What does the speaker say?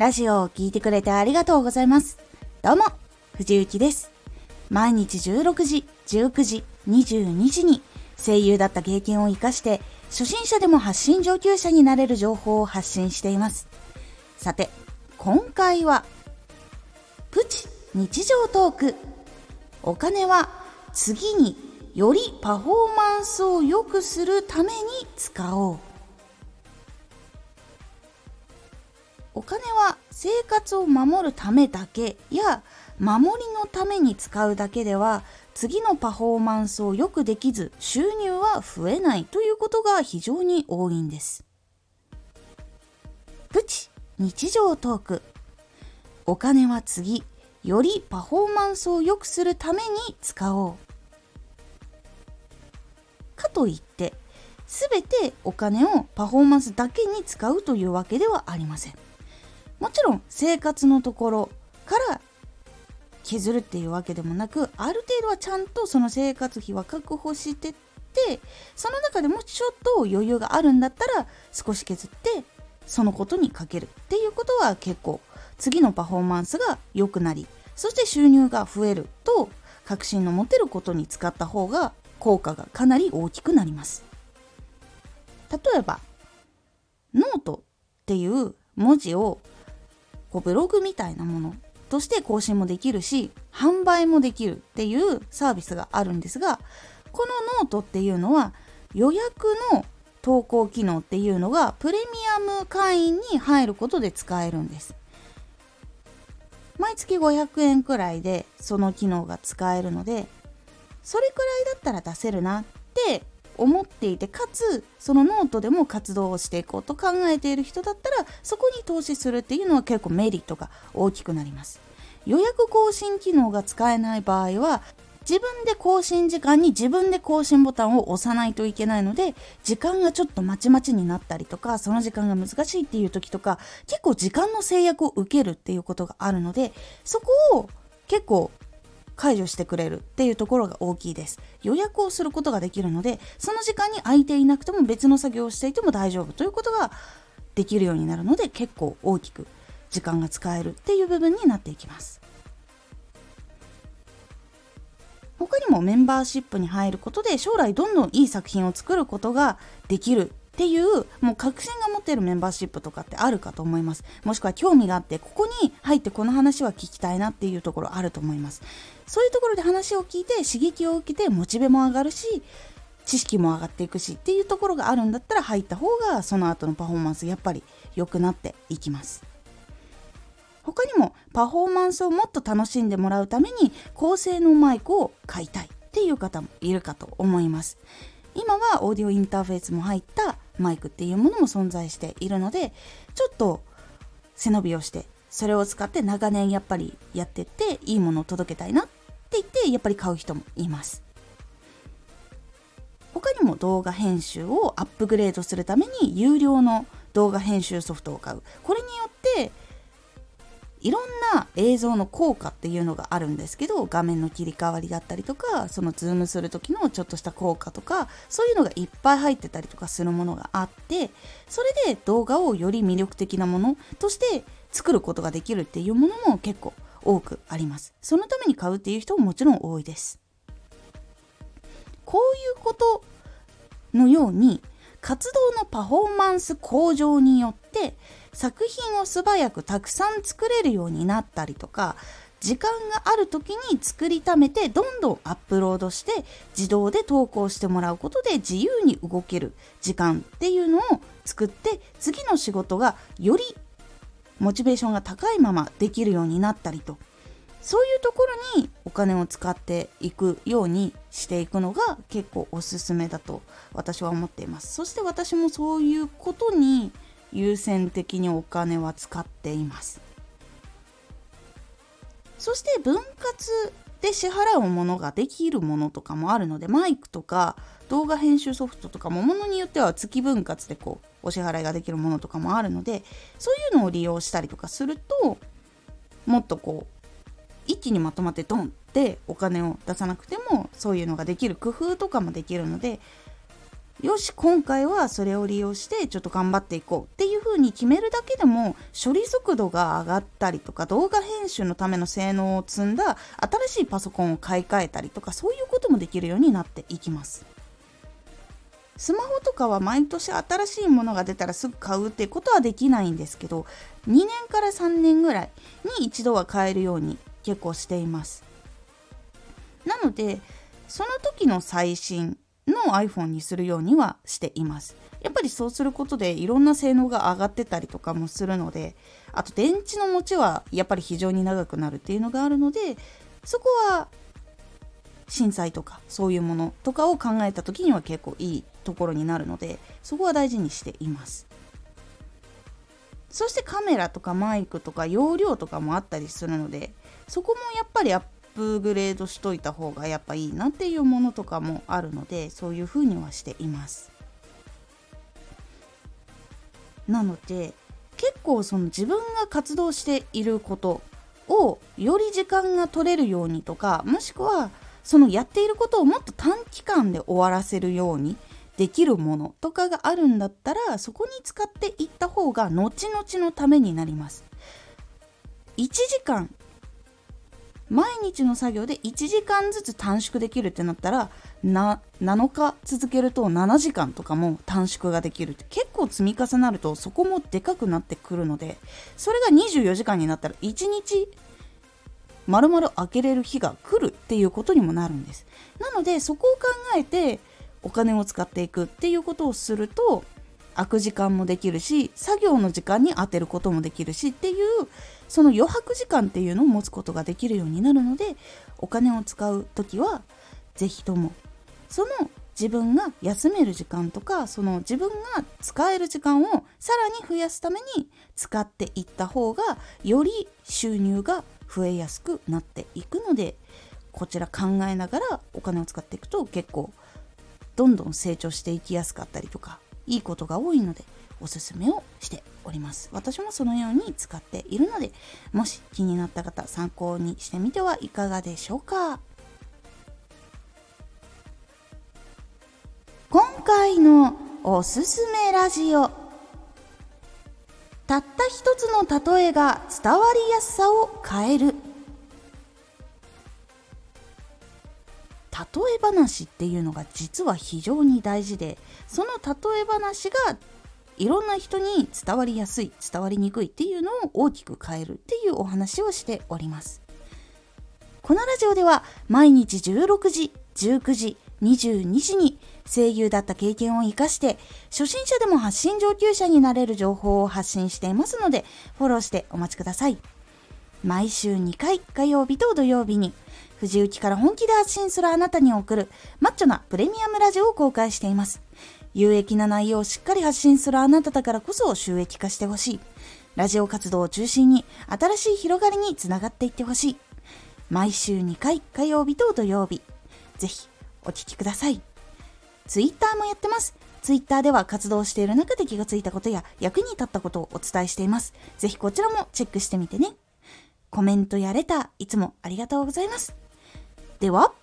ラジオを聞いてくれてありがとうございます。どうも、藤幸です。毎日16時、19時、22時に声優だった経験を生かして初心者でも発信上級者になれる情報を発信しています。さて、今回はプチ日常トーク。お金は次によりパフォーマンスを良くするために使おう。お金は生活を守るためだけや守りのために使うだけでは次のパフォーマンスをよくできず収入は増えないということが非常に多いんです。プチ日常トーク。お金は次よりパフォーマンスを良くするために使おう。かといって全てお金をパフォーマンスだけに使うというわけではありません。もちろん生活のところから削るっていうわけでもなく、ある程度はちゃんとその生活費は確保してって、その中でもちょっと余裕があるんだったら少し削ってそのことにかけるっていうことは結構次のパフォーマンスが良くなり、そして収入が増えると確信の持てることに使った方が効果がかなり大きくなります。例えばノートっていう文字をブログみたいなものとして更新もできるし販売もできるっていうサービスがあるんですが、このノートっていうのは予約の投稿機能っていうのがプレミアム会員に入ることで使えるんです。毎月500円くらいでその機能が使えるので、それくらいだったら出せるなって思っていて、かつそのノートでも活動をしていこうと考えている人だったらそこに投資するっていうのは結構メリットが大きくなります。予約更新機能が使えない場合は自分で更新時間に自分で更新ボタンを押さないといけないので、時間がちょっとまちまちになったりとか、その時間が難しいっていう時とか結構時間の制約を受けるっていうことがあるので、そこを結構解除してくれるっていうところが大きいです。予約をすることができるので、その時間に空いていなくても別の作業をしていても大丈夫ということができるようになるので、結構大きく時間が使えるっていう部分になっていきます。他にもメンバーシップに入ることで将来どんどんいい作品を作ることができるっていう、もう確信が持っているメンバーシップとかってあるかと思います。もしくは興味があってここに入ってこの話は聞きたいなっていうところあると思います。そういうところで話を聞いて刺激を受けてモチベも上がるし知識も上がっていくしっていうところがあるんだったら入った方がその後のパフォーマンスやっぱり良くなっていきます。他にもパフォーマンスをもっと楽しんでもらうために高性能マイクを買いたいっていう方もいるかと思います。今はオーディオインターフェースも入ったマイクっていうものも存在しているので、ちょっと背伸びをしてそれを使って長年やっぱりやってっていいものを届けたいなって言ってやっぱり買う人もいます。他にも動画編集をアップグレードするために有料の動画編集ソフトを買う。これによっていろんな映像の効果っていうのがあるんですけど、画面の切り替わりだったりとか、そのズームする時のちょっとした効果とか、そういうのがいっぱい入ってたりとかするものがあって、それで動画をより魅力的なものとして作ることができるっていうものも結構多くあります。そのために買うっていう人ももちろん多いです。こういうことのように活動のパフォーマンス向上によって作品を素早くたくさん作れるようになったりとか、時間がある時に作りためてどんどんアップロードして自動で投稿してもらうことで自由に動ける時間っていうのを作って、次の仕事がよりモチベーションが高いままできるようになったりと、そういうところにお金を使っていくようにしていくのが結構おすすめだと私は思っています。そして私もそういうことに優先的にお金は使っています。そして分割で支払うものができるものとかもあるので、マイクとか動画編集ソフトとかもものによっては月分割でお支払いができるものとかもあるので、そういうのを利用したりとかするともっと一気にまとまってドンってお金を出さなくてもそういうのができる工夫とかもできるので、 よし今回はそれを利用してちょっと頑張っていこうっていう風に決めるだけでも処理速度が上がったりとか、動画編集のための性能を積んだ新しいパソコンを買い替えたりとか、そういうこともできるようになっていきます。スマホとかは毎年新しいものが出たらすぐ買うってことはできないんですけど、2年から3年ぐらいに一度は買えるように結構しています。なのでその時の最新の iPhone にするようにはしています。やっぱりそうすることでいろんな性能が上がってたりとかもするので、あと電池の持ちはやっぱり非常に長くなるっていうのがあるので、そこは震災とかそういうものとかを考えた時には結構いいところになるので、そこは大事にしています。そしてカメラとかマイクとか容量とかもあったりするので、そこもやっぱりアップグレードしといた方がやっぱいいなっていうものとかもあるので、そういう風にはしています。なので結構その自分が活動していることをより時間が取れるようにとか、もしくはそのやっていることをもっと短期間で終わらせるようにできるものとかがあるんだったら、そこに使っていった方が後々のためになります。1時間毎日の作業で1時間ずつ短縮できるってなったら、7日続けると7時間とかも短縮ができるって、結構積み重なるとそこもでかくなってくるので、それが24時間になったら1日丸々開けれる日が来るっていうことにもなるんです。なのでそこを考えてお金を使っていくっていうことをすると、空く時間もできるし、作業の時間に当てることもできるしっていう、その余白時間っていうのを持つことができるようになるので、お金を使うときはぜひともその自分が休める時間とか、その自分が使える時間をさらに増やすために使っていった方が、より収入が増えやすくなっていくので、こちら考えながらお金を使っていくと結構どんどん成長していきやすかったりとか、いいことが多いのでおすすめをしております。私もそのように使っているので、もし気になった方参考にしてみてはいかがでしょうか。今回のおすすめラジオ、たった一つの例えが伝わりやすさを変える。例え話っていうのが実は非常に大事で、その例え話がいろんな人に伝わりやすい、伝わりにくいっていうのを大きく変えるっていうお話をしております。このラジオでは毎日16時、19時、22時に声優だった経験を生かして初心者でも発信上級者になれる情報を発信していますので、フォローしてお待ちください。毎週2回、火曜日と土曜日に藤雪から本気で発信するあなたに送るマッチョなプレミアムラジオを公開しています。有益な内容をしっかり発信するあなただからこそ収益化してほしい。ラジオ活動を中心に新しい広がりにつながっていってほしい。毎週2回、火曜日と土曜日、ぜひお聞きください。ツイッターもやってます。ツイッターでは活動している中で気がついたことや役に立ったことをお伝えしています。ぜひこちらもチェックしてみてね。コメントやレターいつもありがとうございます。では。